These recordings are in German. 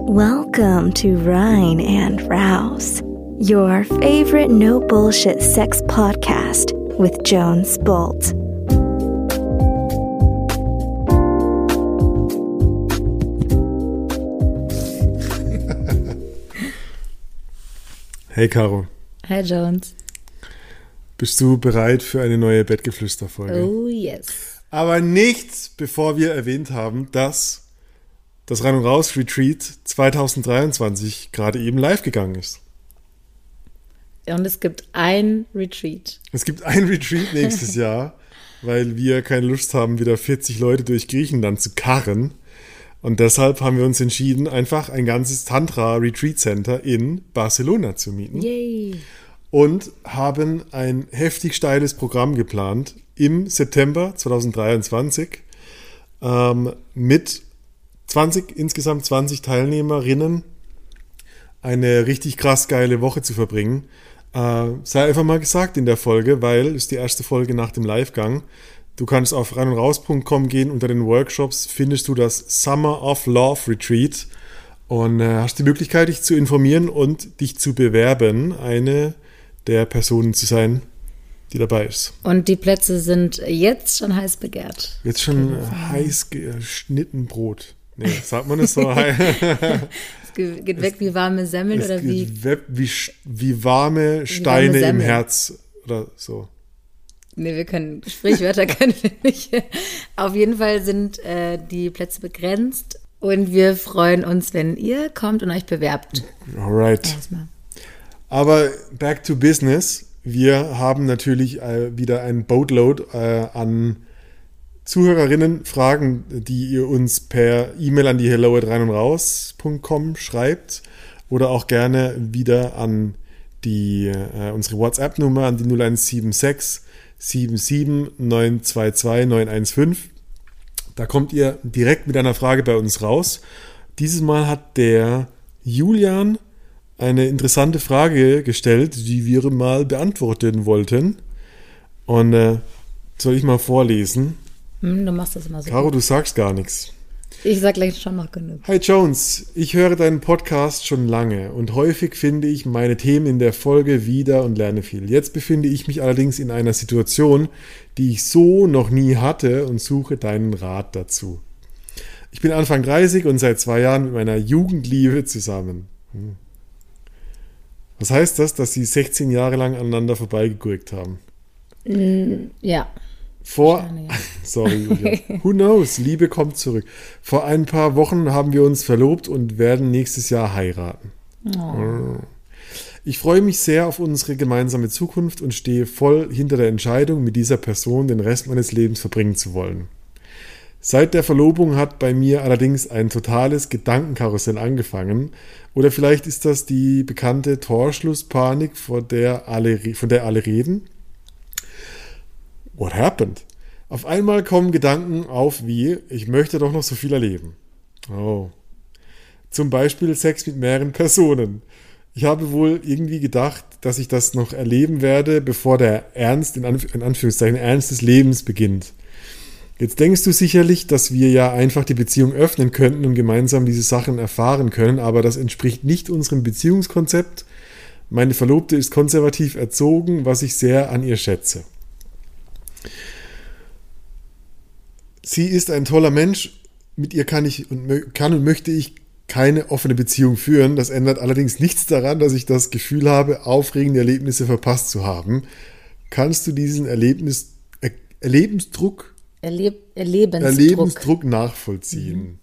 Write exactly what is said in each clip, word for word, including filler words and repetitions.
Welcome to Rhine and Rouse, your favorite no bullshit sex podcast with Jones Bolt. Hey Caro. Hi Jones. Bist du bereit für eine neue Bettgeflüster-Folge? Oh yes. Aber nicht, bevor wir erwähnt haben, dass das Rein und Raus Retreat zwanzig dreiundzwanzig gerade eben live gegangen ist. Und es gibt ein Retreat. Es gibt ein Retreat nächstes Jahr, weil wir keine Lust haben, wieder vierzig Leute durch Griechenland zu karren. Und deshalb haben wir uns entschieden, einfach ein ganzes Tantra-Retreat-Center in Barcelona zu mieten. Yay. Und haben ein heftig steiles Programm geplant im September zwanzig dreiundzwanzig ähm, mit zwanzig, insgesamt zwanzig Teilnehmerinnen eine richtig krass geile Woche zu verbringen. Äh, sei einfach mal gesagt in der Folge, weil es ist die erste Folge nach dem Livegang. Du kannst auf rein und raus punkt com gehen, unter den Workshops findest du das Summer of Love Retreat und äh, hast die Möglichkeit, dich zu informieren und dich zu bewerben, eine der Personen zu sein, die dabei ist. Und die Plätze sind jetzt schon heiß begehrt. Jetzt schon äh, heiß geschnitten Brot. Nee, sagt man das so? Es geht weg wie warme Semmeln es oder wie? Wie, wie warme Steine wie warme im Herz oder so. Nee, wir können, Sprichwörter können wir nicht. Auf jeden Fall sind äh, die Plätze begrenzt und wir freuen uns, wenn ihr kommt und euch bewerbt. Alright. Erstmal. Aber back to business. Wir haben natürlich äh, wieder ein Boatload äh, an Zuhörerinnen, Fragen, die ihr uns per E-Mail an die hello at rein und raus punkt com schreibt oder auch gerne wieder an die äh, unsere WhatsApp-Nummer an die null eins sieben sechs sieben sieben neun zwei zwei neun eins fünf. Da kommt ihr direkt mit einer Frage bei uns raus. Dieses Mal hat der Julian eine interessante Frage gestellt, die wir mal beantworten wollten. Und äh, soll ich mal vorlesen? Hm, du machst das immer so. Caro, gut. du sagst gar nichts. Ich sag gleich schon noch genug. Hi Jones, ich höre deinen Podcast schon lange und häufig finde ich meine Themen in der Folge wieder und lerne viel. Jetzt befinde ich mich allerdings in einer Situation, die ich so noch nie hatte und suche deinen Rat dazu. Ich bin Anfang dreißig und seit zwei Jahren mit meiner Jugendliebe zusammen. Hm. Was heißt das, dass sie sechzehn Jahre lang aneinander vorbeigegurkt haben? Mm, ja. Vor, sorry, Julia. Who knows? Liebe kommt zurück. Vor ein paar Wochen haben wir uns verlobt und werden nächstes Jahr heiraten. Oh. Ich freue mich sehr auf unsere gemeinsame Zukunft und stehe voll hinter der Entscheidung, mit dieser Person den Rest meines Lebens verbringen zu wollen. Seit der Verlobung hat bei mir allerdings ein totales Gedankenkarussell angefangen. Oder vielleicht ist das die bekannte Torschlusspanik, von der alle, von der alle reden. What happened? Auf einmal kommen Gedanken auf wie, ich möchte doch noch so viel erleben. Oh. Zum Beispiel Sex mit mehreren Personen. Ich habe wohl irgendwie gedacht, dass ich das noch erleben werde, bevor der Ernst, in, Anf- in Anführungszeichen, Ernst des Lebens beginnt. Jetzt denkst du sicherlich, dass wir ja einfach die Beziehung öffnen könnten und gemeinsam diese Sachen erfahren können, aber das entspricht nicht unserem Beziehungskonzept. Meine Verlobte ist konservativ erzogen, was ich sehr an ihr schätze. Sie ist ein toller Mensch, mit ihr kann ich und kann und möchte ich keine offene Beziehung führen. Das ändert allerdings nichts daran, dass ich das Gefühl habe, aufregende Erlebnisse verpasst zu haben. Kannst du diesen Erlebnis, er, Erlebensdruck, Erleb, Erlebensdruck. Erlebensdruck nachvollziehen? Mhm.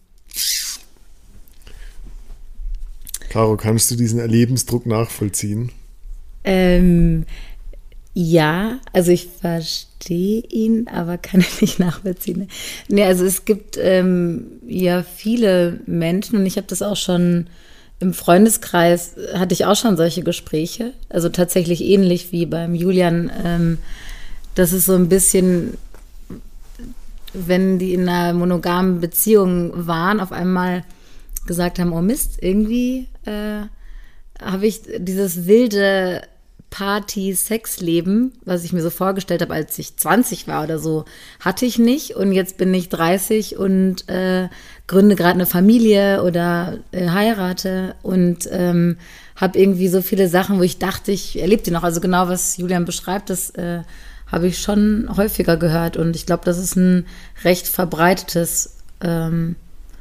Caro, kannst du diesen Erlebensdruck nachvollziehen? Ähm, ja, also ich verstehe ihn, aber kann ihn nicht nachvollziehen. Nee, also es gibt ähm, ja viele Menschen und ich habe das auch schon im Freundeskreis, hatte ich auch schon solche Gespräche, also tatsächlich ähnlich wie beim Julian, ähm, dass es so ein bisschen, wenn die in einer monogamen Beziehung waren, auf einmal gesagt haben, oh Mist, irgendwie äh, habe ich dieses wilde Party-Sex-Leben, was ich mir so vorgestellt habe, als ich zwanzig war oder so, hatte ich nicht. Und jetzt bin ich dreißig und äh, gründe gerade eine Familie oder äh, heirate und ähm, habe irgendwie so viele Sachen, wo ich dachte, ich erlebe die noch. Also genau, was Julian beschreibt, das äh, habe ich schon häufiger gehört. Und ich glaube, das ist ein recht verbreitetes ähm,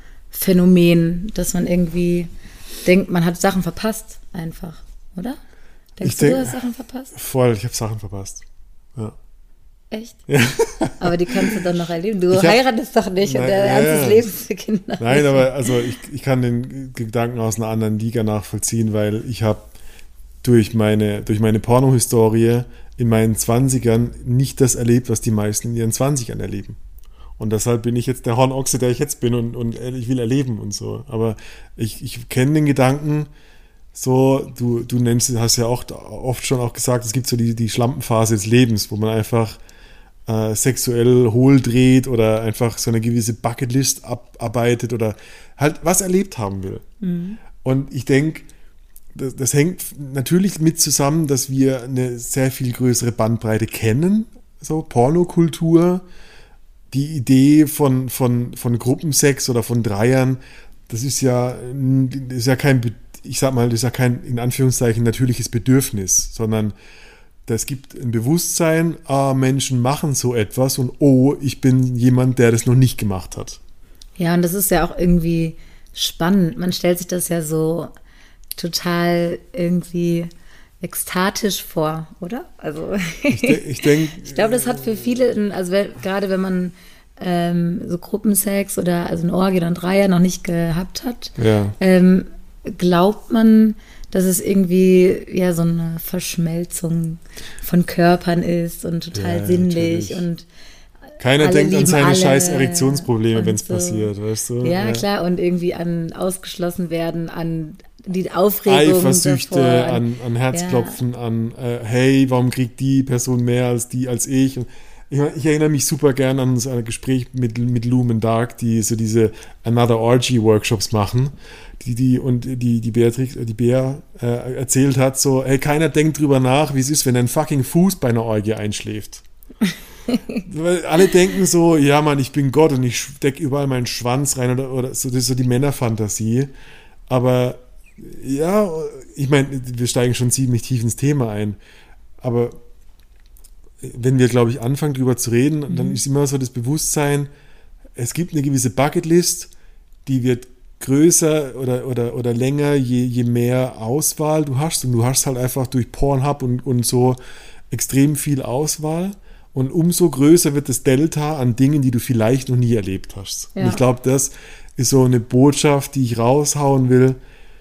Phänomen, dass man irgendwie denkt, man hat Sachen verpasst einfach, oder? Denkst ich du, denk, du hast Sachen verpasst? Voll, ich habe Sachen verpasst. Ja. Echt? Ja. Aber die kannst du dann noch erleben. Du Ich hab, heiratest doch nicht nein, und der ja, Ernst ja. des Lebens für Kinder. Nein, aber also ich, ich kann den Gedanken aus einer anderen Liga nachvollziehen, weil ich habe durch meine, durch meine Pornohistorie in meinen Zwanzigern nicht das erlebt, was die meisten in ihren Zwanzigern erleben. Und deshalb bin ich jetzt der Hornochse, der ich jetzt bin und, und ich will erleben und so. Aber ich, ich kenne den Gedanken, so, du, du nennst, hast ja auch oft schon auch gesagt, es gibt so die, die Schlampenphase des Lebens, wo man einfach äh, sexuell hohl dreht oder einfach so eine gewisse Bucketlist abarbeitet oder halt was erlebt haben will. Mhm. Und ich denke, das, das hängt natürlich mit zusammen, dass wir eine sehr viel größere Bandbreite kennen, so Pornokultur, die Idee von, von, von Gruppensex oder von Dreiern, das ist ja, das ist ja kein, ich sag mal, das ist ja kein, in Anführungszeichen, natürliches Bedürfnis, sondern es gibt ein Bewusstsein, ah, Menschen machen so etwas und oh, ich bin jemand, der das noch nicht gemacht hat. Ja, und das ist ja auch irgendwie spannend. Man stellt sich das ja so total irgendwie ekstatisch vor, oder? Also ich, de- ich denke, ich glaube, das hat für viele, also wenn, gerade wenn man ähm, so Gruppensex oder also eine Orgie oder ein Dreier noch nicht gehabt hat, ja. ähm, glaubt man, dass es irgendwie ja so eine Verschmelzung von Körpern ist und total ja, sinnlich natürlich. Und keiner alle denkt an seine alle scheiß Erektionsprobleme, wenn es so. passiert, weißt du? Ja, ja, klar, und irgendwie an ausgeschlossen werden, an die Aufregung Eifersüchte, davor, an, an Herzklopfen, ja. an äh, hey, warum kriegt die Person mehr als die als ich? Und ich, ich erinnere mich super gern an so ein Gespräch mit, mit Lumen Dark, die so diese Another Orgy Workshops machen, die, die und die, die Beatrix, die Bea äh, erzählt hat, so, hey, keiner denkt drüber nach, wie es ist, wenn ein fucking Fuß bei einer Orgie einschläft. Weil alle denken so, ja Mann, ich bin Gott und ich stecke überall meinen Schwanz rein oder, oder so, das ist so die Männerfantasie. Aber ja, ich meine, wir steigen schon ziemlich tief ins Thema ein. Aber wenn wir, glaube ich, anfangen drüber zu reden, mhm. dann ist immer so das Bewusstsein, es gibt eine gewisse Bucketlist, die wird größer oder, oder, oder länger, je, je mehr Auswahl du hast. Und du hast halt einfach durch Pornhub und, und so extrem viel Auswahl. Und umso größer wird das Delta an Dingen, die du vielleicht noch nie erlebt hast. Ja. Und ich glaube, das ist so eine Botschaft, die ich raushauen will,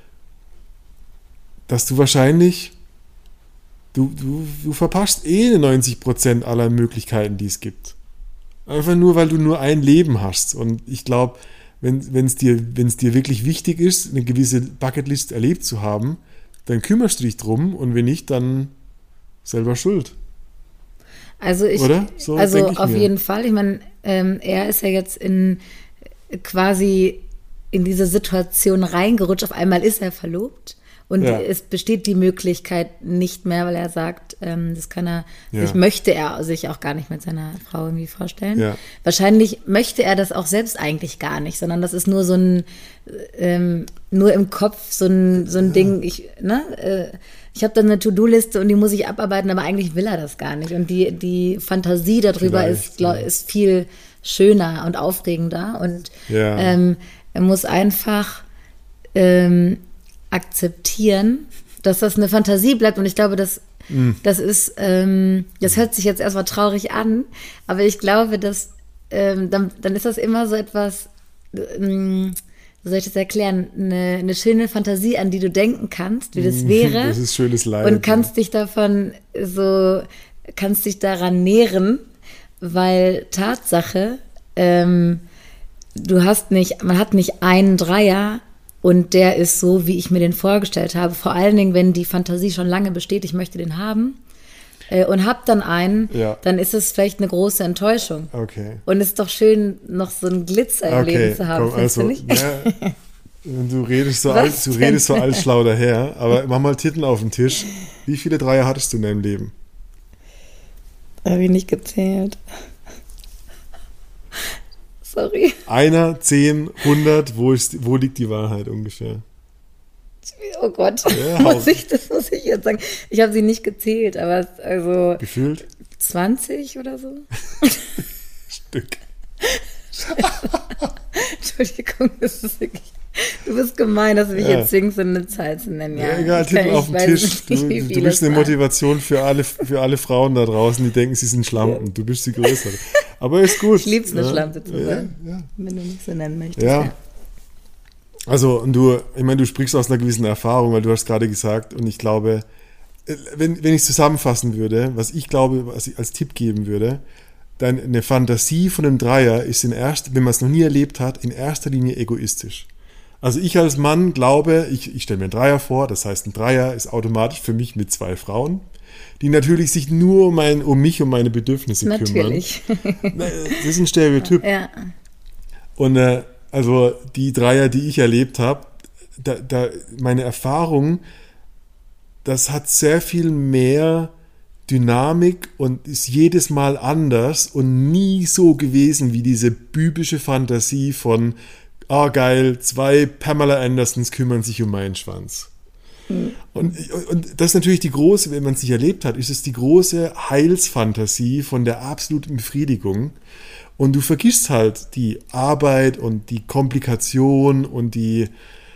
dass du wahrscheinlich, du, du, du verpasst eh neunzig Prozent aller Möglichkeiten, die es gibt. Einfach nur, weil du nur ein Leben hast. Und ich glaube, wenn es dir, wenn's dir wirklich wichtig ist, eine gewisse Bucketlist erlebt zu haben, dann kümmerst du dich drum und wenn nicht, dann selber schuld. Also ich, Oder? So also ich auf mir. jeden Fall. Ich meine, ähm, er ist ja jetzt in quasi in diese Situation reingerutscht. Auf einmal ist er verlobt und ja. es besteht die Möglichkeit nicht mehr, weil er sagt, ähm, das kann er, ja. sich möchte er sich auch gar nicht mit seiner Frau irgendwie vorstellen. Ja. Wahrscheinlich möchte er das auch selbst eigentlich gar nicht, sondern das ist nur so ein, ähm, nur im Kopf so ein, so ein ja. Ding. Ich, ne? Äh, Ich habe dann eine To-Do-Liste und die muss ich abarbeiten, aber eigentlich will er das gar nicht. Und die, die Fantasie darüber ist, glaub, ist viel schöner und aufregender. Und ja. ähm, er muss einfach ähm, akzeptieren, dass das eine Fantasie bleibt. Und ich glaube, das, mm. das ist, ähm, das hört sich jetzt erstmal traurig an, aber ich glaube, dass ähm, dann, dann ist das immer so etwas, ähm, wie soll ich das erklären, eine, eine schöne Fantasie, an die du denken kannst, wie das wäre. Das ist schönes Leid. Und kannst dich davon so, kannst dich daran nähren, weil Tatsache, ähm, du hast nicht, man hat nicht einen Dreier und der ist so, wie ich mir den vorgestellt habe. Vor allen Dingen, wenn die Fantasie schon lange besteht, ich möchte den haben. Und hab dann einen, ja. dann ist es vielleicht eine große Enttäuschung. Okay. Und es ist doch schön, noch so einen Glitzer im okay. Leben zu haben, Komm, also, du nicht? Ja, du redest so, alt, du redest so altschlau daher, aber mach mal Titten auf den Tisch. Wie viele Dreier hattest du in deinem Leben? Habe ich nicht gezählt. Sorry. Einer, zehn, hundert, wo, ist, wo liegt die Wahrheit ungefähr? Oh Gott, Ja, muss ich, das muss ich jetzt sagen. Ich habe sie nicht gezählt, aber also gefühlt? zwanzig oder so. Stück. Entschuldigung, das ist wirklich... Du bist gemein, dass du mich Ja. jetzt zwingst, eine Zahl zu nennen. Ja, Ja, egal, ich kann- Tipp ich auf den weiß Tisch. nicht, Du, wie du viele bist es eine waren. Motivation für alle, für alle Frauen da draußen, die denken, sie sind Schlampen. Du bist die Größere. Aber ist gut. Ich lieb's, eine ja. Schlampe zu sein, Ja, ja. wenn du mich so nennen möchtest. Ja. Also, und du, ich meine, du sprichst aus einer gewissen Erfahrung, weil du hast gerade gesagt, und ich glaube, äh, wenn, wenn ich es zusammenfassen würde, was ich glaube, was ich als Tipp geben würde, dann eine Fantasie von einem Dreier ist in erster, wenn man es noch nie erlebt hat, in erster Linie egoistisch. Also ich als Mann glaube, ich, ich stelle mir einen Dreier vor, das heißt, ein Dreier ist automatisch für mich mit zwei Frauen, die natürlich sich nur um, mein, um mich, um meine Bedürfnisse Natürlich. kümmern. Das ist ein Stereotyp. Ja. Und äh, also die Dreier, die ich erlebt habe, da, da, meine Erfahrung, das hat sehr viel mehr Dynamik und ist jedes Mal anders und nie so gewesen wie diese biblische Fantasie von, ah geil, zwei Pamela Andersons kümmern sich um meinen Schwanz. Mhm. Und, und das ist natürlich die große, wenn man es nicht erlebt hat, ist es die große Heilsfantasie von der absoluten Befriedigung. Und du vergisst halt die Arbeit und die Komplikation und die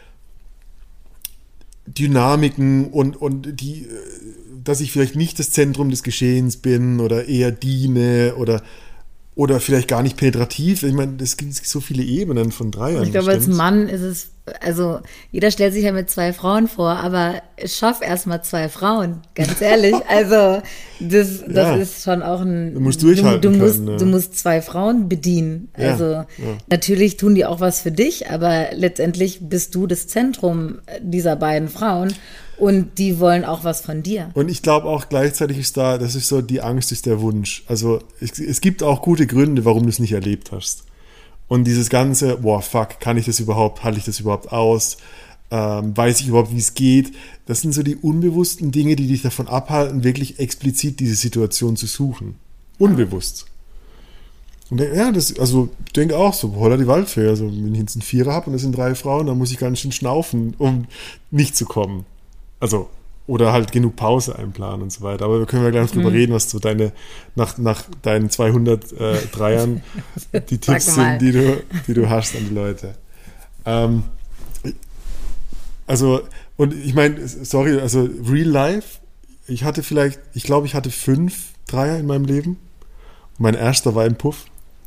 Dynamiken und, und die, dass ich vielleicht nicht das Zentrum des Geschehens bin oder eher diene oder, oder vielleicht gar nicht penetrativ. Ich meine, es gibt so viele Ebenen von Dreiern. Ich glaube, als stimmt's? Mann ist es, also jeder stellt sich ja mit zwei Frauen vor, aber schaff erst mal zwei Frauen, ganz ehrlich. Also das, das Ja. ist schon auch ein... Du musst durchhalten du, du musst, können, ja. Du musst zwei Frauen bedienen. Ja, Also ja. natürlich tun die auch was für dich, aber letztendlich bist du das Zentrum dieser beiden Frauen und die wollen auch was von dir. Und ich glaube auch gleichzeitig ist da, das ist so, die Angst ist der Wunsch. Also es, es gibt auch gute Gründe, warum du es nicht erlebt hast. Und dieses ganze, boah, fuck, kann ich das überhaupt, halte ich das überhaupt aus? Ähm, weiß ich überhaupt, wie es geht? Das sind so die unbewussten Dinge, die dich davon abhalten, wirklich explizit diese Situation zu suchen. Unbewusst. Und ja, das, also ich denke auch so, holla die Waldfee. Also wenn ich jetzt einen Vierer habe und das sind drei Frauen, dann muss ich ganz schön schnaufen, um nicht zu kommen. Also, oder halt genug Pause einplanen und so weiter. Aber wir können ja gleich noch drüber Mhm. reden, was so deine, nach, nach deinen zweihundert äh, Dreiern die Sag Tipps mal. sind, die du, die du hast an die Leute. Ähm, also, und ich meine, sorry, also real life, ich hatte vielleicht, ich glaube, ich hatte fünf Dreier in meinem Leben. Mein erster war im Puff.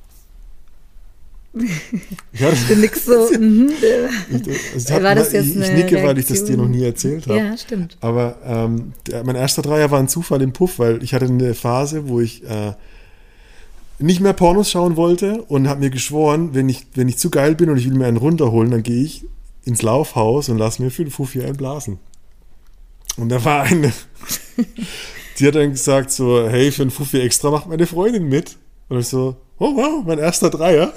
Ja, das, Du nix so, mhm. ich, also ich, hab, War das jetzt ich, ich eine nicke, weil ich das dir Reaktion? noch nie erzählt habe. Ja, stimmt. Aber ähm, der, mein erster Dreier war ein Zufall im Puff, weil ich hatte eine Phase, wo ich äh, nicht mehr Pornos schauen wollte und habe mir geschworen, wenn ich, wenn ich zu geil bin und ich will mir einen runterholen, dann gehe ich ins Laufhaus und lass mir für den Fuffi einblasen. Und da war eine, die hat dann gesagt so, hey, für einen Fuffi extra macht meine Freundin mit. Und ich so, oh wow, mein erster Dreier.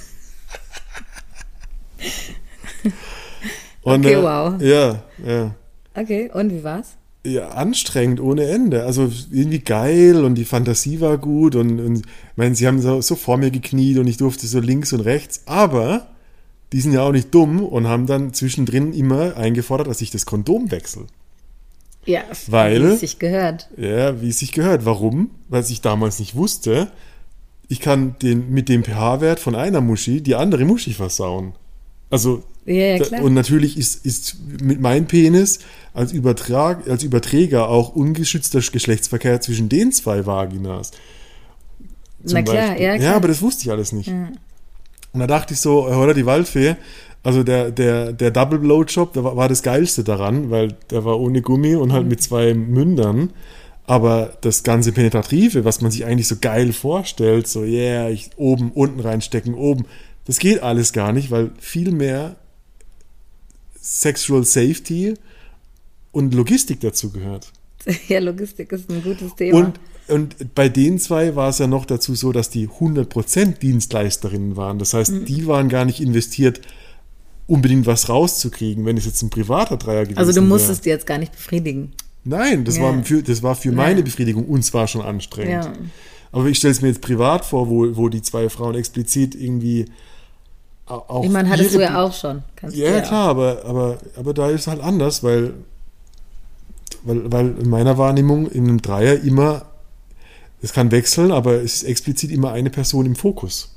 Und, Okay, äh, wow. Ja, ja. Okay, und wie war's? Ja, anstrengend ohne Ende. Also irgendwie geil und die Fantasie war gut und, und ich meine, sie haben so, so vor mir gekniet und ich durfte so links und rechts, aber die sind ja auch nicht dumm und haben dann zwischendrin immer eingefordert, dass ich das Kondom wechsle. Ja, Weil- wie es sich gehört. Ja, wie es sich gehört. Warum? Weil ich damals nicht wusste, ich kann den, mit dem pH-Wert von einer Muschi die andere Muschi versauen. Also, Ja, ja, da- klar. und natürlich ist, ist mit meinem Penis als, Übertrag, als Überträger auch ungeschützter Geschlechtsverkehr zwischen den zwei Vaginas. Na klar, Beispiel. ja, klar. Ja, aber das wusste ich alles nicht. Ja. Und da dachte ich so, oder die Waldfee, also der, der, der Double Blowjob, da war, war das Geilste daran, weil der war ohne Gummi und halt mit zwei Mündern. Aber das ganze Penetrative, was man sich eigentlich so geil vorstellt, so yeah, ich oben, unten reinstecken, oben, das geht alles gar nicht, weil viel mehr Sexual Safety und Logistik dazu gehört. Ja, Logistik ist ein gutes Thema. Und, und bei den zwei war es ja noch dazu so, dass die hundert Prozent Dienstleisterinnen waren. Das heißt, Mhm. die waren gar nicht investiert, unbedingt was rauszukriegen, wenn es jetzt ein privater Dreier gewesen also du wäre. musstest die jetzt gar nicht befriedigen. Nein, das, Ja. war, für, das war für Ja. meine Befriedigung und zwar schon anstrengend. Ja. Aber ich stelle es mir jetzt privat vor, wo, wo die zwei Frauen explizit irgendwie au- auch. Ich meine, hattest ihre du ja Be- auch schon. Kannst du Ja, klar, aber, aber, aber da ist es halt anders, weil, weil, weil in meiner Wahrnehmung in einem Dreier immer, es kann wechseln, aber es ist explizit immer eine Person im Fokus.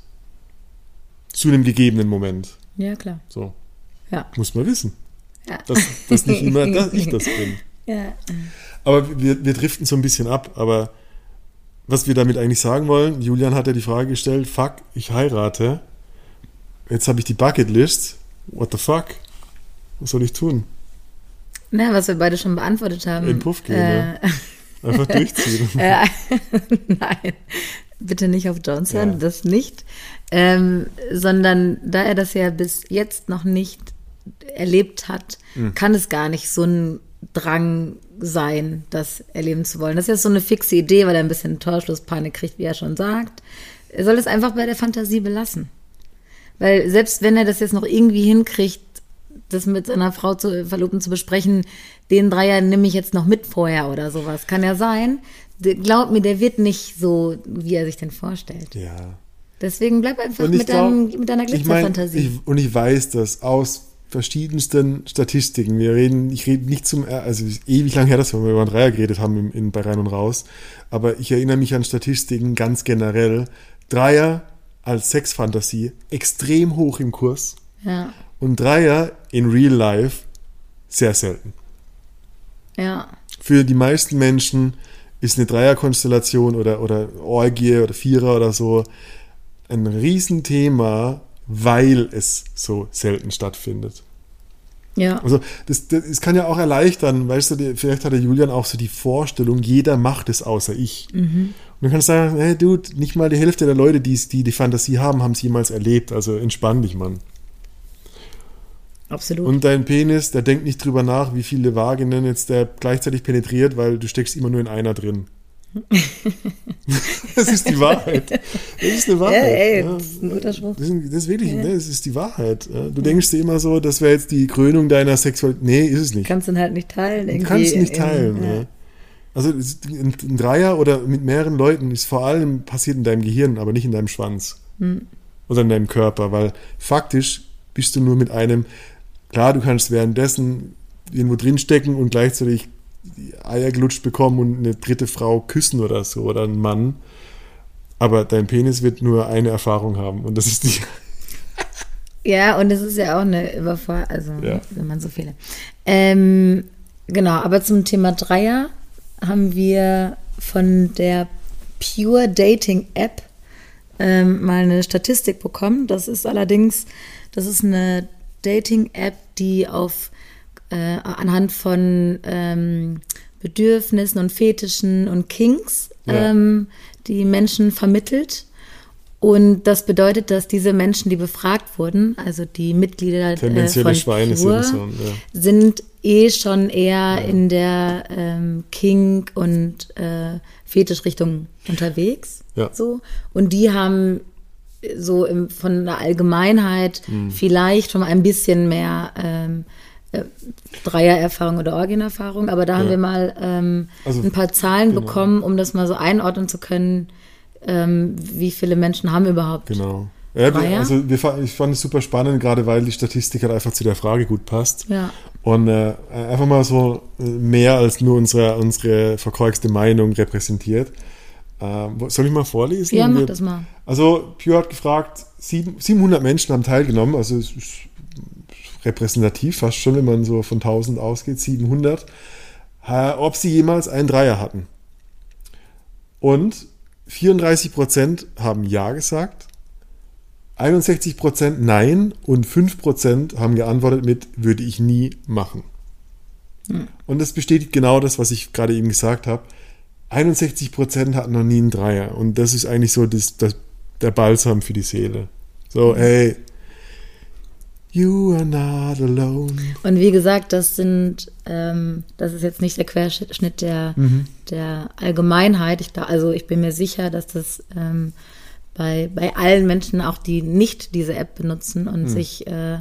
Zu einem gegebenen Moment. Ja, klar. So, Ja. muss man wissen. Ja. Dass, dass nicht immer dass ich das bin. Ja. Aber wir, wir driften so ein bisschen ab. Aber was wir damit eigentlich sagen wollen, Julian hat ja die Frage gestellt, fuck, ich heirate. Jetzt habe ich die Bucketlist. What the fuck? Was soll ich tun? Na, was wir beide schon beantwortet haben. In den Puff gehen, äh, ja. Einfach durchziehen. äh, Nein, bitte nicht auf Jones hören, Ja. das nicht. Ähm, sondern da er das ja bis jetzt noch nicht erlebt hat, Mhm. kann es gar nicht so ein Drang sein, das erleben zu wollen. Das ist ja so eine fixe Idee, weil er ein bisschen Torschlusspanik kriegt, wie er schon sagt. Er soll es einfach bei der Fantasie belassen. Weil selbst wenn er das jetzt noch irgendwie hinkriegt, das mit seiner Frau zu Verlobten zu besprechen, den Dreier nehme ich jetzt noch mit vorher oder sowas, kann ja sein. Der- Glaub mir, der wird nicht so, wie er sich denn vorstellt. Ja. Deswegen bleib einfach Und ich mit, glaub, deinem, mit deiner ich mein, Glitzerfantasie. ich, und ich weiß das aus verschiedensten Statistiken. Wir reden, ich rede nicht zum, also es ist ewig lang her, dass wir über einen Dreier geredet haben in, in, bei Rein und Raus. Aber ich erinnere mich an Statistiken ganz generell. Dreier als Sexfantasie extrem hoch im Kurs Ja, und Dreier in Real Life sehr selten. ja, Für die meisten Menschen ist eine Dreierkonstellation oder, oder Orgie oder Vierer oder so ein Riesenthema, weil es so selten stattfindet. ja. Also das, das, das kann ja auch erleichtern, weißt du, die, vielleicht hat der Julian auch so die Vorstellung, jeder macht es außer ich. Mhm. Und dann kannst du sagen, hey Dude, nicht mal die Hälfte der Leute, die die, die Fantasie haben, haben es jemals erlebt, also entspann dich, Mann. Absolut. Und dein Penis, der denkt nicht drüber nach, wie viele Vaginen jetzt der gleichzeitig penetriert, weil du steckst immer nur in einer drin. Das ist die Wahrheit. Das ist eine Wahrheit. ja, ey, ja. das ist ein guter Spruch. Das ist, das ist wirklich, ne, das ist die Wahrheit. Ja. Du denkst dir immer so, das wäre jetzt die Krönung deiner Sexualität. Nee, ist es nicht. Kannst du ihn halt nicht teilen. Du irgendwie kannst nicht im- teilen. ja. Ja. Also es- ein, ein Dreier oder mit mehreren Leuten ist vor allem passiert in deinem Gehirn, aber nicht in deinem Schwanz. Hm. Oder in deinem Körper, weil faktisch bist du nur mit einem, klar, du kannst währenddessen irgendwo drinstecken und gleichzeitig die Eier gelutscht bekommen und eine dritte Frau küssen oder so oder einen Mann, aber dein Penis wird nur eine Erfahrung haben und das ist die. Ja, und es ist ja auch eine Überforderung, also Ja. wenn man so viele. Ähm, genau, aber zum Thema Dreier haben wir von der Pure Dating App ähm, mal eine Statistik bekommen. Das ist allerdings, das ist eine Dating-App, die auf äh, anhand von ähm, Bedürfnissen und Fetischen und Kinks Ja. ähm, die Menschen vermittelt. Und das bedeutet, dass diese Menschen, die befragt wurden, also die Mitglieder äh, Tendenzielle von Schweine Pure, sind so, ja. sind eh schon eher in der ähm, Kink- und äh, Fetischrichtung unterwegs. Ja. So. Und die haben so im, von der Allgemeinheit Mhm. vielleicht schon mal ein bisschen mehr ähm, äh, Dreiererfahrung oder Orgienerfahrung. Aber da haben Ja. wir mal ähm, Also, ein paar Zahlen genau. bekommen, um das mal so einordnen zu können, ähm, wie viele Menschen haben überhaupt. Genau. Ja, wir, Dreier? also wir, fa- ich fand es super spannend, gerade weil die Statistik halt einfach zu der Frage gut passt. Ja. Und äh, einfach mal so äh, mehr als nur unsere, unsere verkorkste Meinung repräsentiert. Ähm, wo- soll ich mal vorlesen? Ja, Und mach wir- das mal. Also Pure hat gefragt, sieben, siebenhundert Menschen haben teilgenommen, also es ist repräsentativ, fast schon, wenn man so von tausend ausgeht, siebenhundert, äh, ob sie jemals einen Dreier hatten. Und vierunddreißig Prozent haben Ja gesagt, einundsechzig Prozent Nein und fünf Prozent haben geantwortet mit, würde ich nie machen. Und das bestätigt genau das, was ich gerade eben gesagt habe. einundsechzig Prozent hatten noch nie einen Dreier. Und das ist eigentlich so das, das, der Balsam für die Seele. So, hey, you are not alone. Und wie gesagt, das sind, ähm, das ist jetzt nicht der Querschnitt der, Mhm. der Allgemeinheit. Ich, da, also ich bin mir sicher, dass das ähm, bei, bei allen Menschen, auch die nicht diese App benutzen und Mhm. sich äh,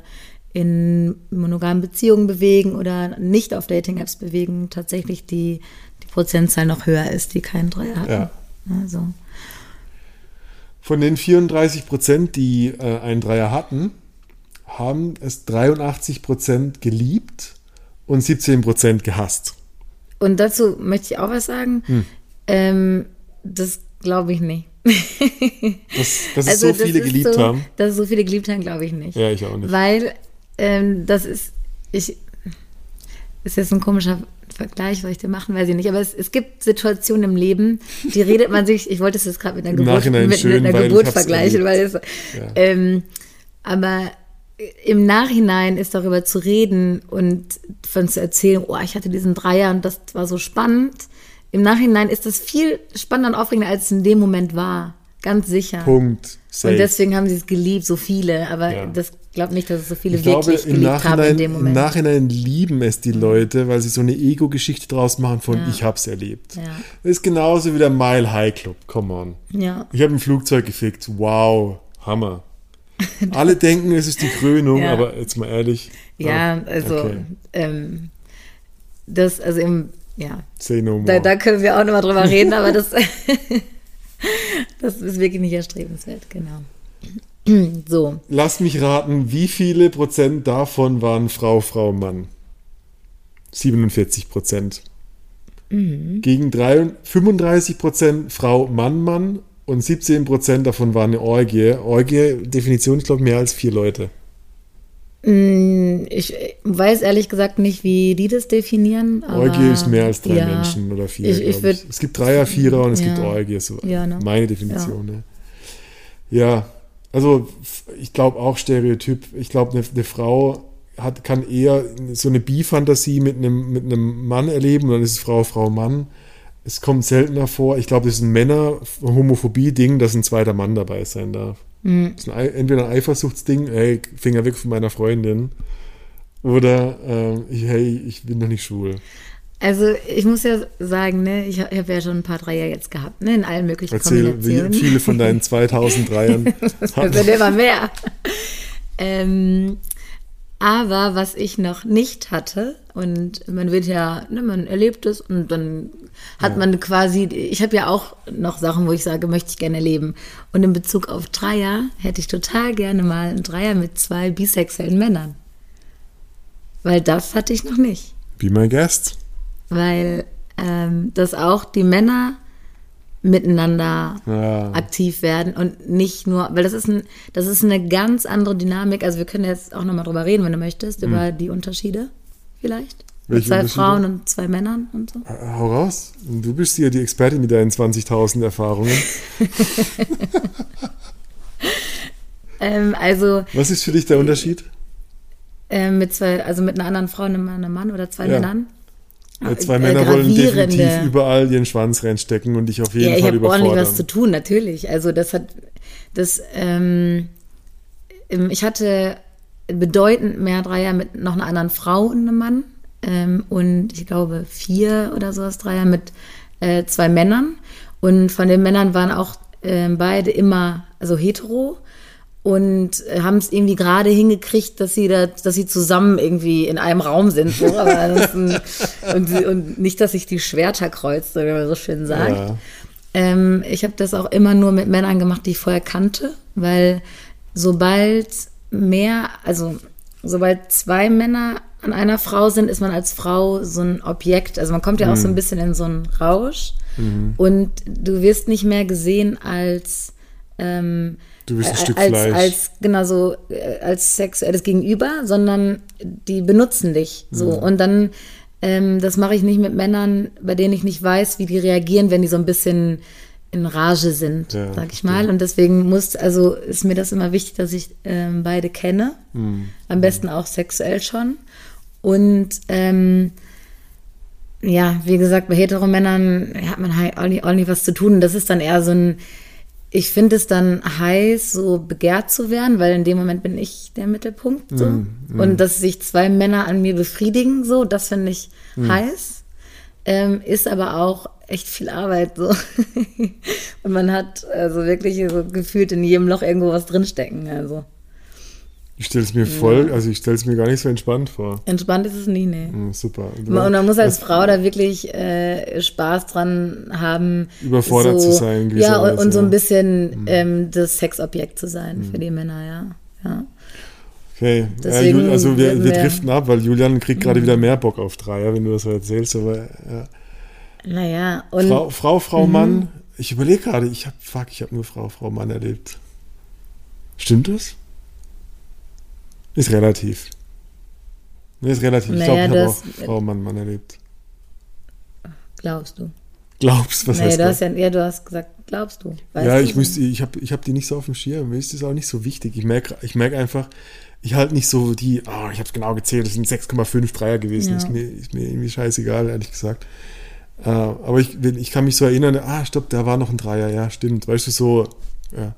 in monogamen Beziehungen bewegen oder nicht auf Dating-Apps bewegen, tatsächlich die, die Prozentzahl noch höher ist, die keinen Dreier hatten. Ja. Also. Von den vierunddreißig Prozent, die äh, einen Dreier hatten, haben es dreiundachtzig Prozent geliebt und siebzehn Prozent gehasst. Und dazu möchte ich auch was sagen. Hm. Ähm, das glaube ich nicht. dass, dass also, es so viele geliebt so, haben? Dass es so viele geliebt haben, glaube ich nicht. Ja, ich auch nicht. Weil ähm, das ist, ich, ist jetzt ein komischer Vergleich, was ich da machen, weiß ich nicht. Aber es, es gibt Situationen im Leben, die redet man sich, ich wollte es jetzt gerade mit einer Geburt, mit, schön, mit einer Geburt vergleichen, weil es, ja. ähm, aber im Nachhinein ist darüber zu reden und von zu erzählen, oh, ich hatte diesen Dreier und das war so spannend. Im Nachhinein ist das viel spannender und aufregender, als es in dem Moment war. Ganz sicher. Punkt. Safe. Und deswegen haben sie es geliebt, so viele. Aber ja. das glaube nicht, dass es so viele ich wirklich glaube, geliebt haben in dem Moment. Im Nachhinein lieben es die Leute, weil sie so eine Ego-Geschichte draus machen von, ja. ich habe es erlebt. Ja. Das ist genauso wie der Mile High Club. Come on. Ja. Ich habe ein Flugzeug gefickt. Wow. Hammer. Alle denken, es ist die Krönung, ja. aber jetzt mal ehrlich. Ja, also okay. ähm, das, also im, ja. Say no more. Da, da können wir auch nochmal drüber reden, aber das, das ist wirklich nicht erstrebenswert, genau. So. Lass mich raten, wie viele Prozent davon waren Frau, Frau, Mann? siebenundvierzig Prozent. Mhm. Gegen fünfunddreißig Prozent Frau, Mann, Mann. Und siebzehn Prozent davon waren eine Orgie. Orgie, Definition, ich glaube, mehr als vier Leute. Ich weiß ehrlich gesagt nicht, wie die das definieren. Aber Orgie ist mehr als drei ja, Menschen oder vier, ich, ich würd, ich. Es gibt Dreier, Vierer und es ja, gibt Orgie. So ja, ne? Meine Definition. Ja, ne? ja also ich glaube auch Stereotyp. Ich glaube, eine, eine Frau hat, kann eher so eine Bi-Fantasie mit einem, mit einem Mann erleben und dann ist es Frau, Frau, Mann. Es kommt seltener vor. Ich glaube, das ist ein Männer-Homophobie-Ding, dass ein zweiter Mann dabei sein darf. Mhm. Das ist ein, entweder ein Eifersuchtsding, hey, Finger weg von meiner Freundin, oder äh, hey, ich bin noch nicht schwul. Also ich muss ja sagen, ne, ich habe hab ja schon ein paar Dreier jetzt gehabt, ne, in allen möglichen Erzähl, Kombinationen. Wie viele von deinen zweitausend Dreiern? Das sind immer mehr. ähm, aber was ich noch nicht hatte, und man wird ja, ne, man erlebt es und dann hat ja. man quasi, ich habe ja auch noch Sachen, wo ich sage, möchte ich gerne erleben. Und in Bezug auf Dreier hätte ich total gerne mal einen Dreier mit zwei bisexuellen Männern. Weil das hatte ich noch nicht. Be my guest. Weil ähm, das auch die Männer miteinander ja. aktiv werden und nicht nur, weil das ist ein, das ist eine ganz andere Dynamik. Also wir können jetzt auch nochmal drüber reden, wenn du möchtest, hm. über die Unterschiede vielleicht. Mit zwei Frauen und zwei Männern und so. Hau raus. Du bist ja die Expertin mit deinen zwanzigtausend Erfahrungen. ähm, also. Was ist für dich der Unterschied? Äh, mit zwei, also mit einer anderen Frau und einem Mann oder zwei ja. Männern. Ja, zwei Männer äh, wollen definitiv überall ihren Schwanz reinstecken und dich auf jeden ja, Fall überfordern. Ich habe ordentlich was zu tun, natürlich. Also das hat, das, ähm, ich hatte bedeutend mehr Dreier mit noch einer anderen Frau und einem Mann ähm, und ich glaube vier oder sowas Dreier mit äh, zwei Männern und von den Männern waren auch äh, beide immer, also hetero und haben es irgendwie gerade hingekriegt, dass sie da, dass sie zusammen irgendwie in einem Raum sind. So. Aber und, und nicht, dass sich die Schwerter kreuzt, wie man so schön sagt. Ja. Ähm, ich habe das auch immer nur mit Männern gemacht, die ich vorher kannte, weil sobald mehr, also sobald zwei Männer an einer Frau sind, ist man als Frau so ein Objekt. Also man kommt ja mhm. auch so ein bisschen in so einen Rausch mhm. und du wirst nicht mehr gesehen als ähm, Du bist ein als, Stück als, Fleisch. Als, genau so, als sexuelles Gegenüber, sondern die benutzen dich so. Mhm. Und dann, ähm, das mache ich nicht mit Männern, bei denen ich nicht weiß, wie die reagieren, wenn die so ein bisschen in Rage sind, ja, sag ich mal. Ja. Und deswegen muss, also ist mir das immer wichtig, dass ich ähm, beide kenne. Mhm. Am besten auch sexuell schon. Und ähm, ja, wie gesagt, bei Heteromännern hat man halt auch nicht, auch nicht was zu tun. Das ist dann eher so ein, ich finde es dann heiß, so begehrt zu werden, weil in dem Moment bin ich der Mittelpunkt. So. Mm, mm. Und dass sich zwei Männer an mir befriedigen, so, das finde ich mm. heiß. Ähm, ist aber auch echt viel Arbeit. So. Und man hat also wirklich so gefühlt in jedem Loch irgendwo was drinstecken. Also. Ich stelle es mir voll, also ich stelle es mir gar nicht so entspannt vor. Entspannt ist es nie, ne. Mhm, super. Und man muss als Frau da wirklich äh, Spaß dran haben. Überfordert so, zu sein. Ja, und, und so ja. ein bisschen mhm. ähm, das Sexobjekt zu sein mhm. für die Männer, ja. ja. Okay, ja, Jul, also wir, wir driften ab, weil Julian kriegt gerade mhm. wieder mehr Bock auf Dreier, wenn du das so erzählst, aber ja. Naja, und... Frau, Frau, Frau mhm. Mann, ich überlege gerade, ich habe, fuck, ich habe nur Frau, Frau, Mann erlebt. Stimmt das? Ist relativ. Nee, ist relativ. Naja, ich glaube, ich habe auch äh, Frau, Mann, Mann erlebt. Glaubst du? Glaubst, was naja, heißt du das? hast ja, ja, du hast gesagt, glaubst du. Weißt ja, du ich so? müsste, ich habe ich hab die nicht so auf dem Schirm. Mir ist das auch nicht so wichtig. Ich merke ich merk einfach, ich halte nicht so die, oh, ich habe es genau gezählt, das sind sechs Komma fünf Dreier gewesen. Ja. Ist, mir, ist mir irgendwie scheißegal, ehrlich gesagt. Uh, aber ich, ich kann mich so erinnern, ah, stopp, da war noch ein Dreier, ja, stimmt. Weißt du, so, ja.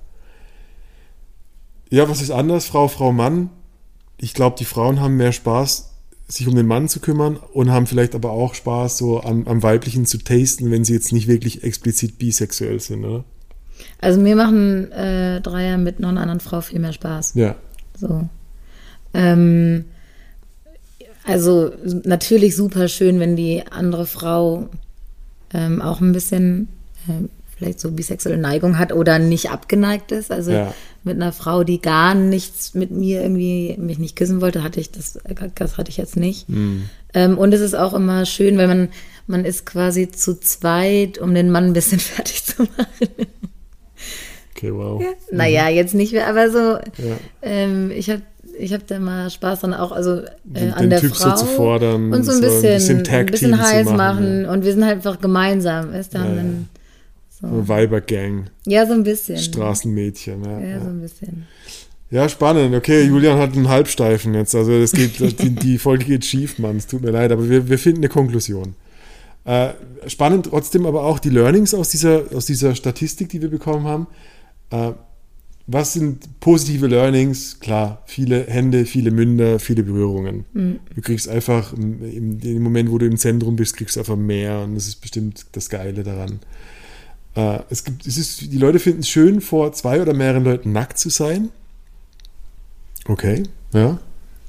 Ja, was ist anders, Frau, Frau, Mann? Ich glaube, die Frauen haben mehr Spaß, sich um den Mann zu kümmern und haben vielleicht aber auch Spaß, so am, am Weiblichen zu tasten, wenn sie jetzt nicht wirklich explizit bisexuell sind, oder? Also mir machen äh, Dreier mit noch einer anderen Frau viel mehr Spaß. Ja. So. Ähm, also natürlich super schön, wenn die andere Frau ähm, auch ein bisschen äh, vielleicht so bisexuelle Neigung hat oder nicht abgeneigt ist. Also ja. mit einer Frau, die gar nichts mit mir irgendwie, mich nicht küssen wollte, hatte ich das, das hatte ich jetzt nicht. Mhm. Ähm, und es ist auch immer schön, weil man, man ist quasi zu zweit, um den Mann ein bisschen fertig zu machen. Okay, wow. Ja. Naja, jetzt nicht mehr, aber so, ja. ähm, ich habe ich hab da mal Spaß dran, auch also äh, den, an den der typ Frau so zu fordern, und so ein bisschen, so ein bisschen, ein bisschen heiß machen, machen ja. und wir sind halt einfach gemeinsam. Weißt, da ja, haben ja. dann so. So Weibergang. Ja, so ein bisschen. Straßenmädchen. Ja, ja, ja. so ein bisschen. Ja, spannend. Okay, Julian hat einen Halbsteifen jetzt. Also das geht, die, die Folge geht schief, Mann. Es tut mir leid, aber wir, wir finden eine Konklusion. Äh, spannend trotzdem aber auch die Learnings aus dieser, aus dieser Statistik, die wir bekommen haben. Äh, was sind positive Learnings? Klar, viele Hände, viele Münder, viele Berührungen. Mhm. Du kriegst einfach, im, im Moment, wo du im Zentrum bist, kriegst du einfach mehr und das ist bestimmt das Geile daran. Uh, es gibt, es ist, die Leute finden es schön, vor zwei oder mehreren Leuten nackt zu sein. Okay, ja.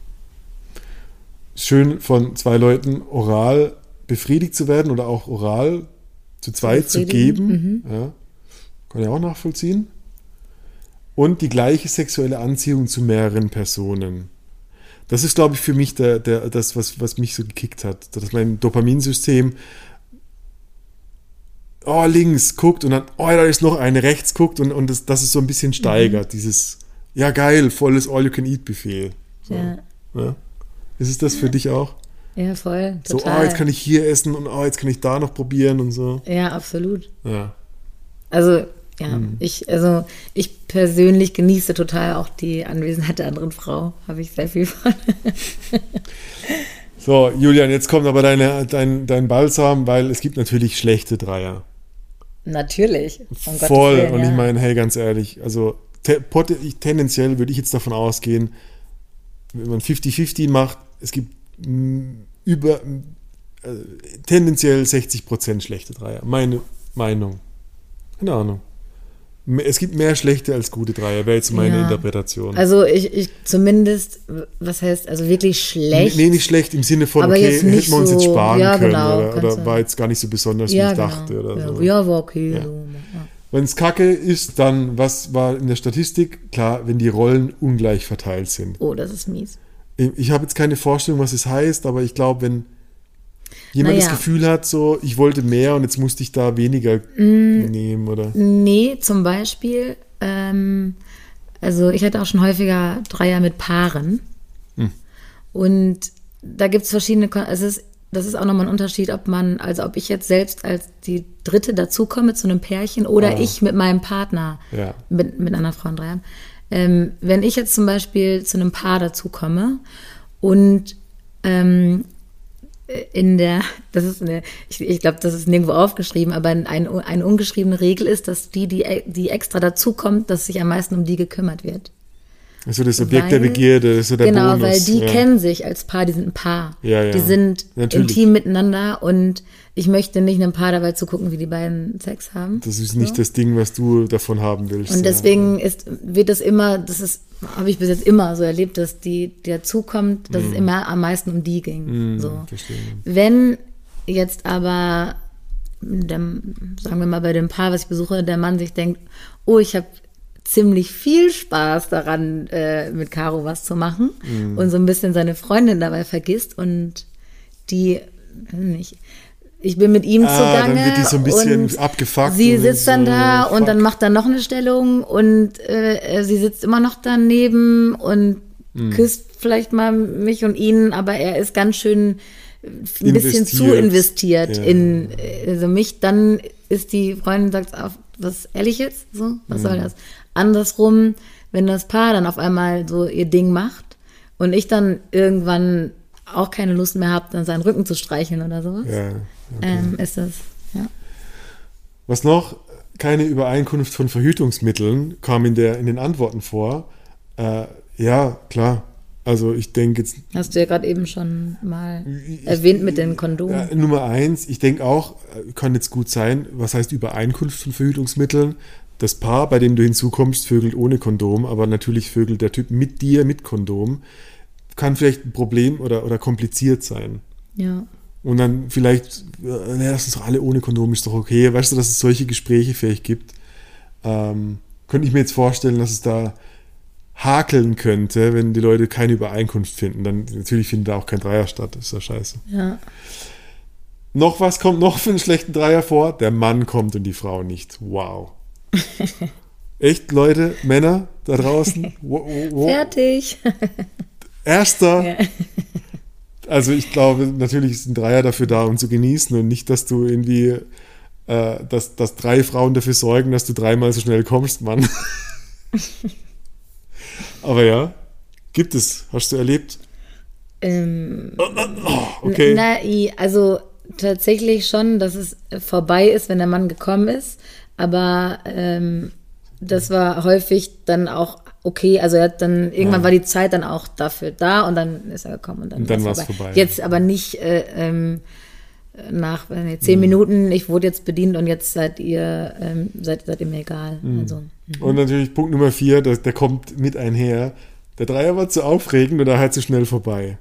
Schön, von zwei Leuten oral befriedigt zu werden oder auch oral zu zweit zu geben. Mhm. Ja. Kann ich auch nachvollziehen. Und die gleiche sexuelle Anziehung zu mehreren Personen. Das ist, glaube ich, für mich der, der, das, was, was mich so gekickt hat. Dass mein Dopaminsystem oh, links guckt und dann, oh, da ist noch eine, rechts guckt und, und das, das ist so ein bisschen steigert, mhm. dieses, ja geil, volles All-You-Can-Eat-Buffet. So, ja. Ja. Ist es das für dich auch? Ja, voll, total. So, oh, jetzt kann ich hier essen und oh, jetzt kann ich da noch probieren und so. Ja, absolut. Ja. Also, ja, mhm. ich, also, ich persönlich genieße total auch die Anwesenheit der anderen Frau, habe ich sehr viel von. So, Julian, jetzt kommt aber deine, dein, dein Balsam, weil es gibt natürlich schlechte Dreier. Natürlich. Um Voll. Willen, und ja. ich meine, hey, ganz ehrlich, also te- pot- tendenziell würde ich jetzt davon ausgehen, wenn man fünfzig fünfzig macht, es gibt mh, über äh, tendenziell sechzig Prozent schlechte Dreier. Meine Meinung. Keine Ahnung. Es gibt mehr schlechte als gute Dreier, wäre jetzt meine ja. Interpretation. Also ich, ich zumindest, was heißt, also wirklich schlecht. Nee, nicht schlecht im Sinne von, aber okay, jetzt nicht hätten wir uns jetzt so, sparen ja, können genau, oder, oder war jetzt gar nicht so besonders, ja, wie ich genau. dachte. Oder ja, so. ja, war okay. Ja. So, ja. Wenn es Kacke ist, dann, was war in der Statistik? Klar, wenn die Rollen ungleich verteilt sind. Oh, das ist mies. Ich, ich habe jetzt keine Vorstellung, was es heißt, aber ich glaube, wenn jemand naja. das Gefühl hat, so, ich wollte mehr und jetzt musste ich da weniger mm, nehmen, oder? Nee, zum Beispiel, ähm, also ich hatte auch schon häufiger Dreier mit Paaren. Hm. Und da gibt es verschiedene, also es ist, das ist auch nochmal ein Unterschied, ob man, also ob ich jetzt selbst als die Dritte dazukomme zu einem Pärchen oder ah. ich mit meinem Partner, ja. mit, mit einer Frau und Dreiern. Ähm, wenn ich jetzt zum Beispiel zu einem Paar dazukomme und ähm, in der, das ist eine, ich, ich glaube, das ist nirgendwo aufgeschrieben, aber ein, eine ungeschriebene Regel ist, dass die, die, die extra dazukommt, dass sich am meisten um die gekümmert wird. Also das Objekt weil, der Begierde, das ist so der genau, Bonus. Genau, weil die ja. kennen sich als Paar, die sind ein Paar. Ja, ja. Die sind Natürlich. intim miteinander und ich möchte nicht einem Paar dabei zugucken, wie die beiden Sex haben. Das ist so. nicht das Ding, was du davon haben willst. Und deswegen ja. ist, wird das immer, das ist, habe ich bis jetzt immer so erlebt, dass die, die dazukommt, dass mm. es immer am meisten um die ging. Mm, so. Verstehe. Wenn jetzt aber, dem, sagen wir mal bei dem Paar, was ich besuche, der Mann sich denkt, oh, ich habe ziemlich viel Spaß daran, äh, mit Caro was zu machen mm. und so ein bisschen seine Freundin dabei vergisst und die, nicht, ich bin mit ihm ah, zugange dann wird die so ein bisschen und abgefuckt. sie sitzt so, dann da fuck. und dann macht er noch eine Stellung und äh, sie sitzt immer noch daneben und mm. küsst vielleicht mal mich und ihn, aber er ist ganz schön ein investiert. bisschen zu investiert ja. in also mich. Dann ist die Freundin, sagt, was ehrlich jetzt? So, was mm. soll das? Andersrum, wenn das Paar dann auf einmal so ihr Ding macht und ich dann irgendwann auch keine Lust mehr habe, dann seinen Rücken zu streicheln oder sowas, ja, okay. ähm, ist das, ja. Was noch? Keine Übereinkunft von Verhütungsmitteln kam in, der, in den Antworten vor. Äh, ja, klar. Also ich denke jetzt... Hast du ja gerade eben schon mal ich, erwähnt mit den Kondomen. Ja, Nummer eins, ich denke auch, kann jetzt gut sein, was heißt Übereinkunft von Verhütungsmitteln? Das Paar, bei dem du hinzukommst, vögelt ohne Kondom, aber natürlich vögelt der Typ mit dir mit Kondom. Kann vielleicht ein Problem oder, oder kompliziert sein. Ja. Und dann vielleicht, äh, lass uns doch alle ohne Kondom, ist doch okay. Weißt du, dass es solche Gespräche vielleicht gibt? Ähm, könnte ich mir jetzt vorstellen, dass es da hakeln könnte, wenn die Leute keine Übereinkunft finden. Dann natürlich findet da auch kein Dreier statt. Das ist ja scheiße. Ja. Noch was kommt noch für einen schlechten Dreier vor? Der Mann kommt und die Frau nicht. Wow. Echt, Leute, Männer da draußen? Wo, wo, wo? Fertig. Erster. Ja. Also ich glaube, natürlich ist ein Dreier dafür da, um zu genießen und nicht, dass du irgendwie, äh, dass, dass drei Frauen dafür sorgen, dass du dreimal so schnell kommst, Mann. Aber ja, gibt es. Hast du erlebt? Ähm, oh, okay. Na, also tatsächlich schon, dass es vorbei ist, wenn der Mann gekommen ist. Aber ähm, das war häufig dann auch okay. Also er hat dann, irgendwann ja. war die Zeit dann auch dafür da und dann ist er gekommen und dann, und dann war es vorbei. vorbei. Jetzt aber nicht äh, ähm, nach nee, zehn mhm. Minuten, ich wurde jetzt bedient und jetzt seid ihr, ähm, seid, seid ihr mir egal. Mhm. Also, mhm. Und natürlich Punkt Nummer vier, der, der kommt mit einher. Der Dreier war zu aufregend oder halt zu schnell vorbei.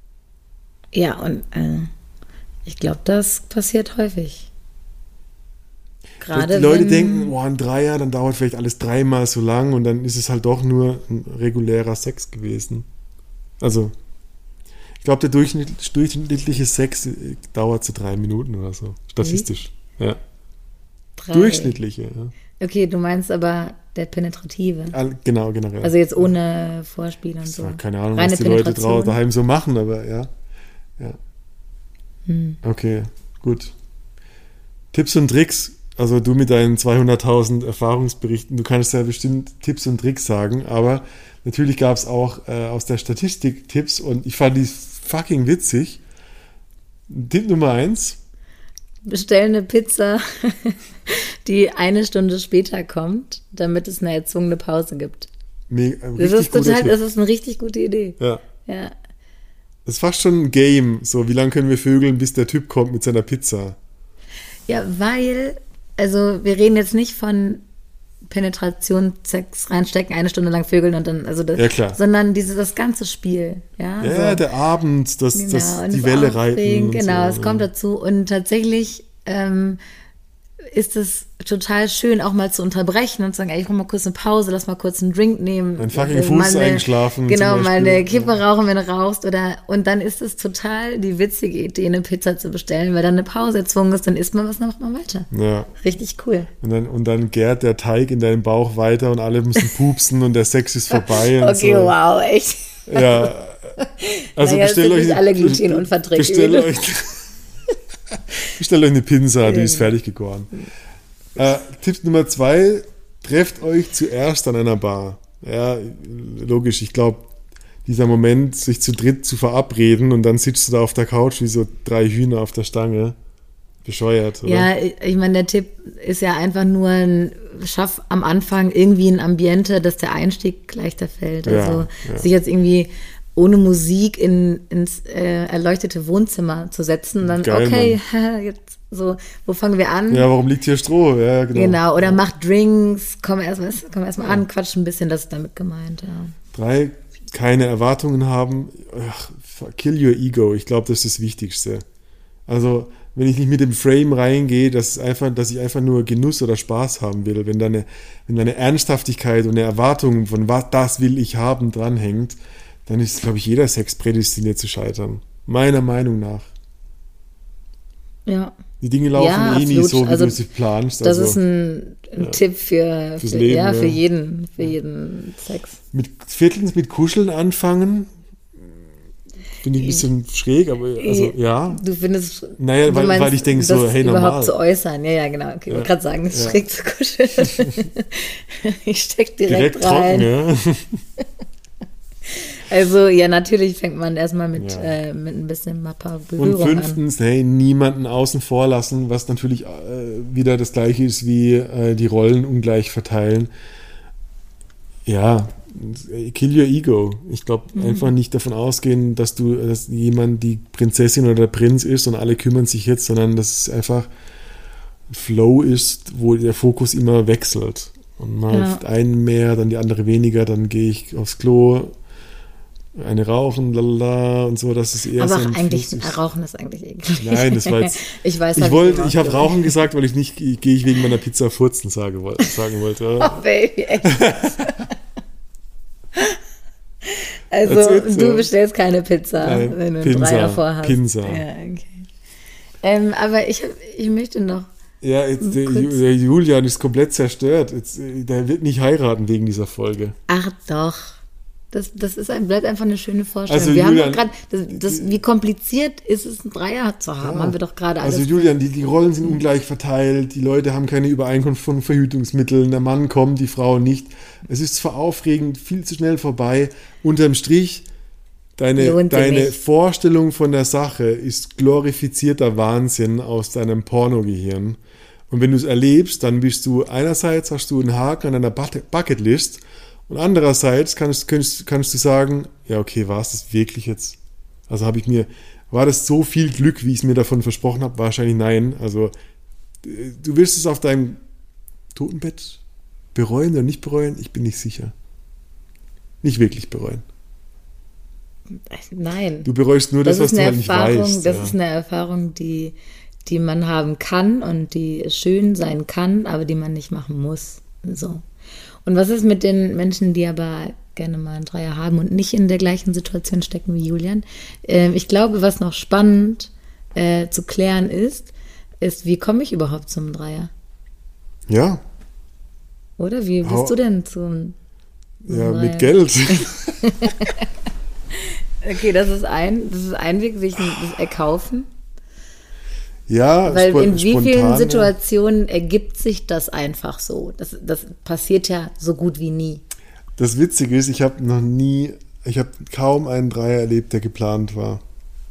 Ja, und äh, ich glaube, das passiert häufig. Gerade die Leute wenn, denken, oh, ein Dreier, dann dauert vielleicht alles dreimal so lang und dann ist es halt doch nur ein regulärer Sex gewesen. Also, ich glaube, der durchschnitt, durchschnittliche Sex dauert so drei Minuten oder so, statistisch. Wie? Ja. Drei. Durchschnittliche, ja. Okay, du meinst aber der penetrative. Genau, generell. Also jetzt ohne Vorspiel und so. Keine Ahnung, Reine was die Leute draußen daheim so machen, aber ja. ja. Hm. Okay, gut. Tipps und Tricks. Also du mit deinen zweihunderttausend Erfahrungsberichten, du kannst ja bestimmt Tipps und Tricks sagen, aber natürlich gab es auch äh, aus der Statistik Tipps und ich fand die fucking witzig. Tipp Nummer eins. Bestell eine Pizza, die eine Stunde später kommt, damit es eine erzwungene Pause gibt. Me- das ist total, das ist eine richtig gute Idee. Ja. Ja. Das ist fast schon ein Game, so wie lange können wir vögeln, bis der Typ kommt mit seiner Pizza. Ja, weil... Also wir reden jetzt nicht von Penetrationssex reinstecken, eine Stunde lang vögeln und dann, also das, ja, klar. sondern dieses, das ganze Spiel. Ja, ja so. Der Abend, das, genau, das, die das Welle reiten. Genau, so, es ja. kommt dazu und tatsächlich ähm, ist es total schön, auch mal zu unterbrechen und zu sagen, ey, ich mach mal kurz eine Pause, lass mal kurz einen Drink nehmen. Ein fucking Fuß eine, eingeschlafen. Genau, mal eine Kippe ja. rauchen, wenn du rauchst. Oder, und dann ist es total die witzige Idee, eine Pizza zu bestellen, weil dann eine Pause erzwungen ist, dann isst man was, dann macht man weiter. Ja. Richtig cool. Und dann, und dann gärt der Teig in deinem Bauch weiter und alle müssen pupsen und der Sex ist vorbei. Und okay, so. Wow, echt. Ja. Also naja, bestellt euch, nicht alle glutenunverträglich. Bestellt euch, bestellt euch eine Pizza, die ist fertig gegoren. Äh, Tipp Nummer zwei, trefft euch zuerst an einer Bar. Ja, logisch, ich glaube, dieser Moment, sich zu dritt zu verabreden und dann sitzt du da auf der Couch wie so drei Hühner auf der Stange, bescheuert, oder? Ja, ich meine, der Tipp ist ja einfach nur, ein, schaff am Anfang irgendwie ein Ambiente, dass der Einstieg leichter fällt. Also ja, ja. sich jetzt irgendwie ohne Musik in, ins äh, erleuchtete Wohnzimmer zu setzen und dann, Geil, okay, jetzt so, wo fangen wir an? Ja, warum liegt hier Stroh? Ja, genau. Genau, oder mach Drinks, komm erstmal komm erst mal an, quatsch ein bisschen, das ist damit gemeint, ja. Drei, keine Erwartungen haben. Ach, kill your ego. Ich glaube, das ist das Wichtigste. Also, wenn ich nicht mit dem Frame reingehe, dass, es einfach, dass ich einfach nur Genuss oder Spaß haben will, wenn da eine, wenn da eine Ernsthaftigkeit und eine Erwartung von was das will ich haben dranhängt, dann ist, glaube ich, jeder Sex prädestiniert zu scheitern. Meiner Meinung nach. Ja. Die Dinge laufen ja, eh absolut. nie so, wie also, du sie planst. Das Also, ist ein, ein ja. Tipp für, für, Leben, ja, für ja. jeden, für jeden Sex. mit, viertens mit Kuscheln anfangen. Finde ich ein bisschen schräg, aber also, ja. Du findest, Naja, du weil, meinst, weil ich denke so, das hey, überhaupt normal. zu äußern. Ja, ja, genau. Okay, ich Ja. wollte gerade sagen, das ist Ja. schräg zu kuscheln. Ich steck direkt, Direkt rein. trocken, ja. Also, ja, natürlich fängt man erstmal mit, Ja. äh, mit ein bisschen ein paar Und Berührungen an. fünftens, hey, niemanden außen vor lassen, was natürlich äh, wieder das gleiche ist wie äh, die Rollen ungleich verteilen. Ja, kill your ego. Ich glaube, Mhm. einfach nicht davon ausgehen, dass du, dass jemand die Prinzessin oder der Prinz ist und alle kümmern sich jetzt, sondern dass es einfach Flow ist, wo der Fokus immer wechselt. Und mal Ja. einen mehr, dann die andere weniger, dann gehe ich aufs Klo, eine rauchen, lalala und so, dass es eher Aber so auch ein eigentlich, Fluss ist. Rauchen ist eigentlich eklig. Nein, das war jetzt. Ich weiß, Ich hab wollte, gemacht, ich habe aber- Rauchen gesagt, weil ich nicht gehe ich wegen meiner Pizza furzen sage, wollte, sagen wollte. Oh, Baby, echt. Also, Erzähl's, du ja. bestellst keine Pizza, Nein, wenn du einen Pinsa, Dreier vorhast. Pinsa. Ja, okay. Ähm, aber ich, hab, ich möchte noch. Ja, jetzt, der, Kurz. Ju- der Julian ist komplett zerstört. Jetzt, äh, der wird nicht heiraten wegen dieser Folge. Ach doch. Das, das ist ein, bleibt einfach eine schöne Vorstellung. Also, wir Julian, haben doch gerade, das, das, wie kompliziert ist es, einen Dreier zu haben, Ja. haben wir doch gerade alles. Also Julian, die, die Rollen sind ungleich verteilt, die Leute haben keine Übereinkunft von Verhütungsmitteln, der Mann kommt, die Frau nicht. Es ist zwar aufregend, viel zu schnell vorbei. Unterm Strich, deine, Lohnt sich deine nicht. Vorstellung von der Sache ist glorifizierter Wahnsinn aus deinem Pornogehirn. Und wenn du es erlebst, dann bist du, einerseits hast du einen Haken an deiner Bucket- Bucketlist und andererseits kannst, kannst, kannst du sagen, ja okay, war es das wirklich jetzt? Also habe ich mir, war das so viel Glück, wie ich es mir davon versprochen habe? Wahrscheinlich nein. Also äh, du wirst es auf deinem Totenbett bereuen oder nicht bereuen? Ich bin nicht sicher. Nicht wirklich bereuen. Nein. Du bereust nur das, Das was ist du eine halt nicht Erfahrung, weißt. das ja. ist eine Erfahrung, die, die man haben kann und die schön sein kann, aber die man nicht machen muss. So. Und was ist mit den Menschen, die aber gerne mal einen Dreier haben und nicht in der gleichen Situation stecken wie Julian? Ähm, ich glaube, was noch spannend äh, zu klären ist, ist, wie komme ich überhaupt zum Dreier? Ja, Oder wie bist Hau- du denn zum ja, Dreier? mit Geld. Okay, das ist ein, das ist ein Weg, sich ein, das erkaufen. Ja, Weil spo- in wie vielen spontan, Situationen ergibt sich das einfach so? Das, das passiert ja so gut wie nie. Das Witzige ist, ich habe noch nie, ich habe kaum einen Dreier erlebt, der geplant war.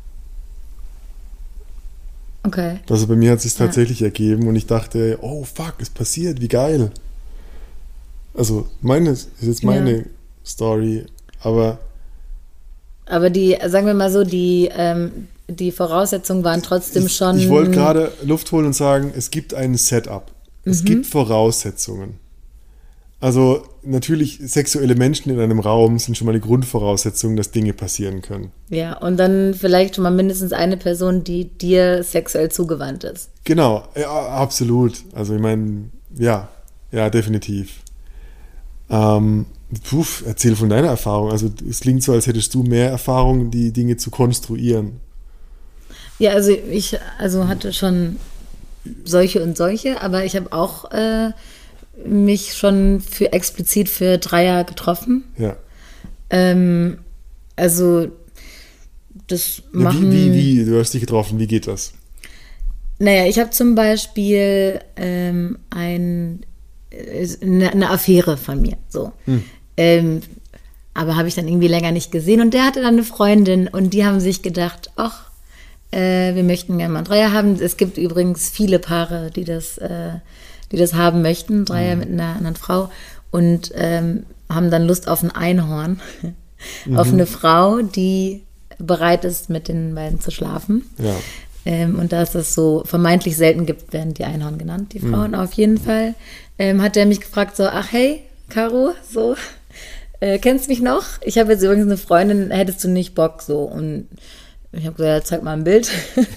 Okay. Also bei mir hat es sich Ja. tatsächlich ergeben und ich dachte, oh fuck, es passiert, wie geil. Also meine, ist jetzt meine Ja. Story, aber Aber die, sagen wir mal so, die, ähm, die Voraussetzungen waren trotzdem ich, schon. ich wollte gerade Luft holen und sagen, es gibt ein Setup. Es Mhm. gibt Voraussetzungen. Also natürlich, sexuelle Menschen in einem Raum sind schon mal die Grundvoraussetzung, dass Dinge passieren können. Ja, und dann vielleicht schon mal mindestens eine Person, die dir sexuell zugewandt ist. Genau, ja, absolut. Also ich meine, ja, ja, definitiv. Ähm, puh, erzähl von deiner Erfahrung. Also es klingt so, als hättest du mehr Erfahrung, die Dinge zu konstruieren. Ja, also ich also hatte schon solche und solche, aber ich habe auch äh, mich schon für explizit für Dreier getroffen. Ja. Ähm, also das Ja, machen. wie, wie, wie, du hast dich getroffen, wie geht das? Naja, ich habe zum Beispiel ähm, ein, äh, eine, eine Affäre von mir. So. Hm. Ähm, aber habe ich dann irgendwie länger nicht gesehen. Und der hatte dann eine Freundin und die haben sich gedacht, ach, äh, wir möchten gerne mal einen Dreier haben. Es gibt übrigens viele Paare, die das, äh, die das haben möchten, Dreier mhm. mit einer anderen Frau und ähm, haben dann Lust auf ein Einhorn, mhm. auf eine Frau, die bereit ist, mit den beiden zu schlafen. Ja. Ähm, und da es das so vermeintlich selten gibt, werden die Einhorn genannt, die Frauen. Mhm. Auf jeden Fall ähm, hat er mich gefragt, so, ach hey, Caro, so, äh, kennst mich noch? Ich habe jetzt übrigens eine Freundin, hättest du nicht Bock, so. Und ich habe gesagt, ja, zeig mal ein Bild.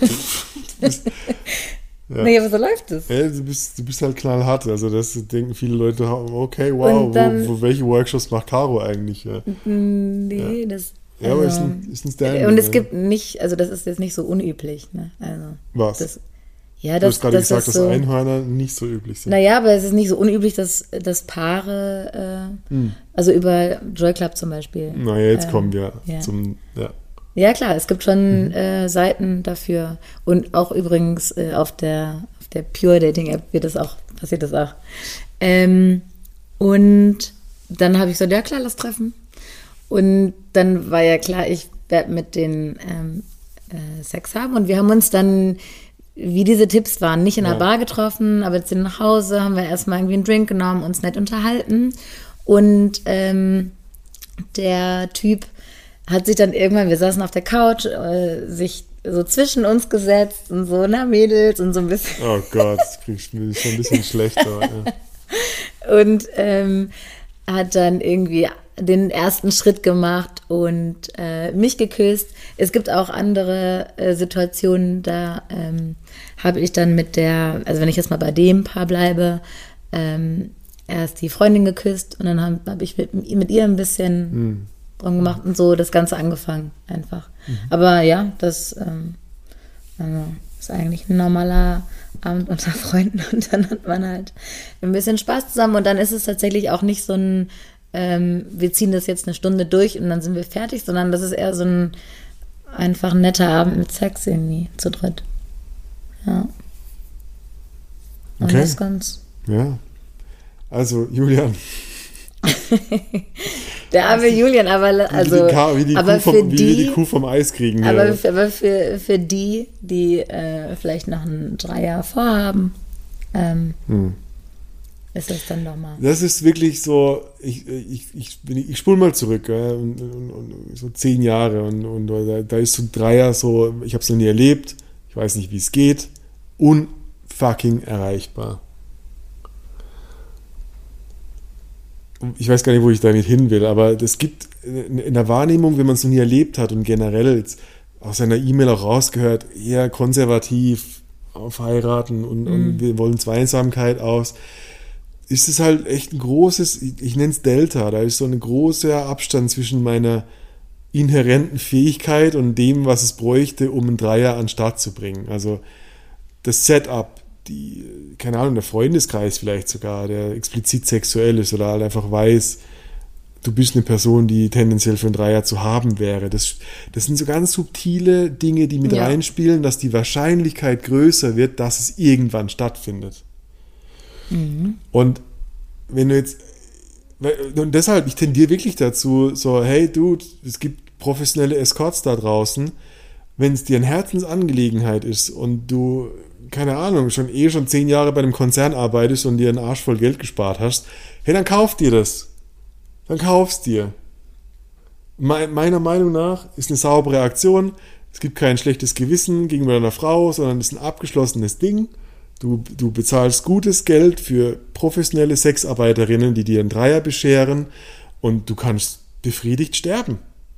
Ja. Nee, aber so läuft es. Ja, du, bist, du bist halt knallhart. Also das denken viele Leute, okay, wow, dann, wo, wo, welche Workshops macht Caro eigentlich? Ja. Nee, ja. das... Ja, aber also, ist ein, ist ein Stand. Und es ja. gibt nicht, also das ist jetzt nicht so unüblich. Ne? Also, was? Das, ja, du das, hast gerade das gesagt, dass so, Einhörner nicht so üblich sind. Naja, aber es ist nicht so unüblich, dass, dass Paare, äh, hm. also über Joy Club zum Beispiel. Naja, jetzt äh, kommen wir ja. zum, ja. Ja, klar, es gibt schon mhm. äh, Seiten dafür. Und auch übrigens äh, auf der, auf der Pure Dating App wird das auch, passiert das auch. Ähm, und dann habe ich gesagt, ja klar, lass treffen. Und dann war ja klar, ich werde mit den ähm, äh, Sex haben. Und wir haben uns dann, wie diese Tipps waren, nicht in der ja. Bar getroffen, aber jetzt sind nach Hause, haben wir erstmal irgendwie einen Drink genommen, uns nett unterhalten. Und ähm, der Typ hat sich dann irgendwann, wir saßen auf der Couch, äh, sich so zwischen uns gesetzt und so, na Mädels und so ein bisschen. Oh Gott, das kriegst du schon ein bisschen schlechter. Ja. Und ähm, hat dann irgendwie den ersten Schritt gemacht und äh, mich geküsst. Es gibt auch andere äh, Situationen, da ähm, habe ich dann mit der, also wenn ich jetzt mal bei dem Paar bleibe, ähm, erst die Freundin geküsst und dann habe hab ich mit, mit ihr ein bisschen hm. drum gemacht und so das Ganze angefangen einfach. Mhm. Aber ja, das ähm, also, ist eigentlich ein normaler Abend unter Freunden und dann hat man halt ein bisschen Spaß zusammen und dann ist es tatsächlich auch nicht so ein Ähm, wir ziehen das jetzt eine Stunde durch und dann sind wir fertig, sondern das ist eher so ein einfach netter Abend mit Sex irgendwie zu dritt. Ja. Und okay. das ist ganz... Ja. Also, Julian. Der arme Julian, aber also... Wie die, Ka- wie die, aber Kuh, vom, für wie die, die Kuh vom Eis kriegen. Aber, ja. für, aber für, für die, die äh, vielleicht noch ein Dreier vorhaben, ähm, hm. ist das dann doch mal. Das ist wirklich so, ich, ich, ich, ich spule mal zurück, ja, und, und, und so zehn Jahre und, und da, da ist so ein Dreier so, ich habe es noch nie erlebt, ich weiß nicht, wie es geht, unfucking erreichbar. Ich weiß gar nicht, wo ich damit hin will, aber es gibt in der Wahrnehmung, wenn man es noch nie erlebt hat und generell jetzt aus seiner E-Mail auch rausgehört, eher konservativ auf heiraten und, mhm. und wir wollen Zweisamkeit aus, ist es halt echt ein großes, ich nenne es Delta, da ist so ein großer Abstand zwischen meiner inhärenten Fähigkeit und dem, was es bräuchte, um einen Dreier an den Start zu bringen. Also das Setup, die, keine Ahnung, der Freundeskreis vielleicht sogar, der explizit sexuell ist oder halt einfach weiß, du bist eine Person, die tendenziell für einen Dreier zu haben wäre. Das, das sind so ganz subtile Dinge, die mit ja. reinspielen, dass die Wahrscheinlichkeit größer wird, dass es irgendwann stattfindet. Mhm. Und wenn du jetzt, und deshalb, ich tendiere wirklich dazu, so, hey Dude, es gibt professionelle Escorts da draußen, wenn es dir eine Herzensangelegenheit ist und du, keine Ahnung, schon eh schon zehn Jahre bei einem Konzern arbeitest und dir einen Arsch voll Geld gespart hast, hey, dann kauf dir das. Dann kauf's dir. Me- meiner Meinung nach ist eine saubere Aktion. Es gibt kein schlechtes Gewissen gegenüber deiner Frau, sondern es ist ein abgeschlossenes Ding. Du, du bezahlst gutes Geld für professionelle Sexarbeiterinnen, die dir einen Dreier bescheren und du kannst befriedigt sterben.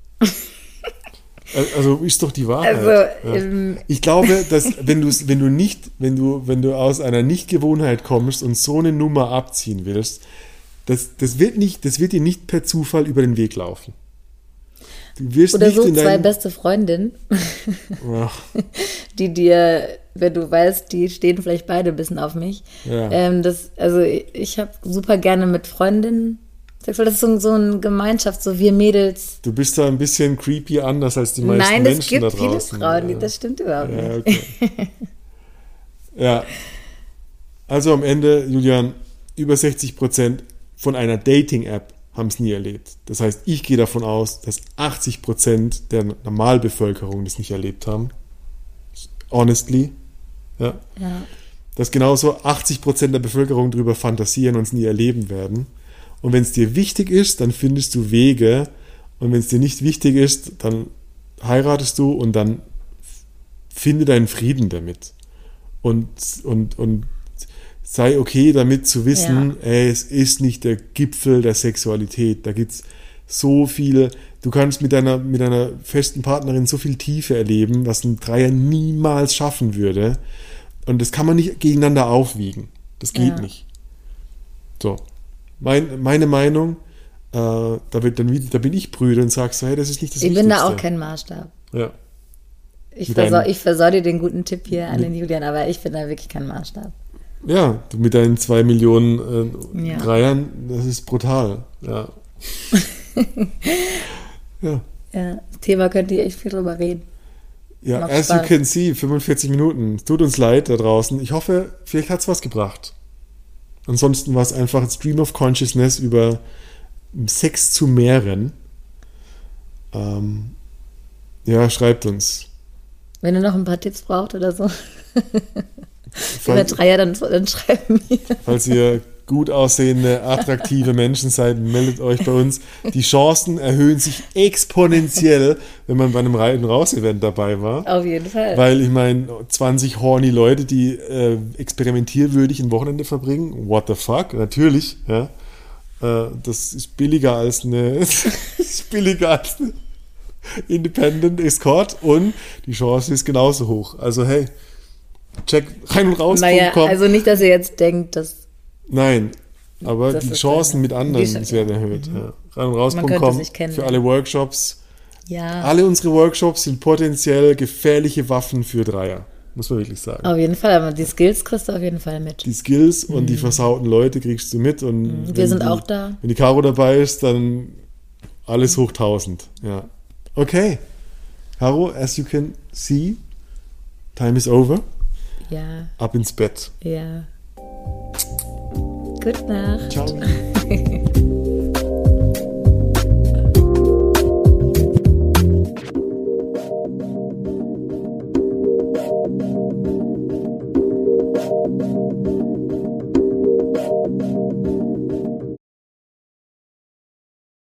Also ist doch die Wahrheit. Also, ja. ähm, ich glaube, dass wenn du wenn du nicht, wenn du, wenn du aus einer Nichtgewohnheit kommst und so eine Nummer abziehen willst, das, das wird nicht, das wird dir nicht per Zufall über den Weg laufen. Du wirst Oder nicht so in zwei dein... beste Freundinnen, die dir, wenn du weißt, die stehen vielleicht beide ein bisschen auf mich. Ja. Ähm, das, also ich, ich habe super gerne mit Freundinnen Sex, weil das ist so, so eine Gemeinschaft, so wir Mädels. Du bist da ein bisschen creepy anders als die meisten Nein, Menschen da draußen. Nein, draußen. es gibt viele Frauen, ja. das stimmt überhaupt ja, nicht. Okay. Ja, also am Ende, Julian, über sechzig Prozent von einer Dating-App haben es nie erlebt. Das heißt, ich gehe davon aus, dass achtzig Prozent der Normalbevölkerung das nicht erlebt haben. honestly. Ja. Ja. Dass genauso achtzig Prozent der Bevölkerung darüber fantasieren und es nie erleben werden. Und wenn es dir wichtig ist, dann findest du Wege. Und wenn es dir nicht wichtig ist, dann heiratest du und dann finde deinen Frieden damit. Und, und, und sei okay damit zu wissen, Ja. ey, es ist nicht der Gipfel der Sexualität. Da gibt es so viele, du kannst mit deiner, mit deiner festen Partnerin so viel Tiefe erleben, was ein Dreier niemals schaffen würde. Und das kann man nicht gegeneinander aufwiegen. Das geht Ja. nicht. So. Mein, meine Meinung, äh, da, wird dann, da bin ich Brüder und sage so, hey, das ist nicht das Ich Wichtigste. bin da auch kein Maßstab. Ja. Ich Mit versau, deinem- ich versau dir den guten Tipp hier an den Julian, aber ich bin da wirklich kein Maßstab. Ja, du mit deinen zwei Millionen äh, Ja. Dreiern, das ist brutal. Ja. ja. Ja, das Thema könnte ich echt viel drüber reden. Ja, Macht as Spaß. you can see, fünfundvierzig Minuten. Es tut uns leid da draußen. Ich hoffe, vielleicht hat es was gebracht. Ansonsten war es einfach ein Stream of Consciousness über Sex zu mehren. Ähm, ja, schreibt uns. Wenn ihr noch ein paar Tipps braucht oder so, über Falls, Dreier, dann, dann schreibt mir. falls ihr gut aussehende, attraktive Menschen seid, meldet euch bei uns. Die Chancen erhöhen sich exponentiell, wenn man bei einem Rein-Raus-Event dabei war. Auf jeden Fall. Weil ich meine, zwanzig horny Leute, die äh, experimentierwürdig ein Wochenende verbringen, what the fuck, natürlich, ja. Äh, das ist billiger als eine, das ist billiger als eine Independent Escort und die Chance ist genauso hoch. Also hey, check rein und raus. Naja, also nicht, dass ihr jetzt denkt, dass Nein, aber Das die ist Chancen eine- mit anderen die Sch- werden erhöht. Ja. Rein und raus Man Punkt könnte com sich für kennenlernen. alle Workshops. ja, Alle unsere Workshops sind potenziell gefährliche Waffen für Dreier. Muss man wirklich sagen. auf jeden Fall, aber die Skills kriegst du auf jeden Fall mit. Die Skills und die versauten Leute kriegst du mit. Und Wir wenn sind die, auch da. Wenn die Caro dabei ist, dann alles hoch tausend. Ja. Okay. Caro, as you can see, time is over. Ja, Ab ins Bett. ja. Gute Nacht. Ciao.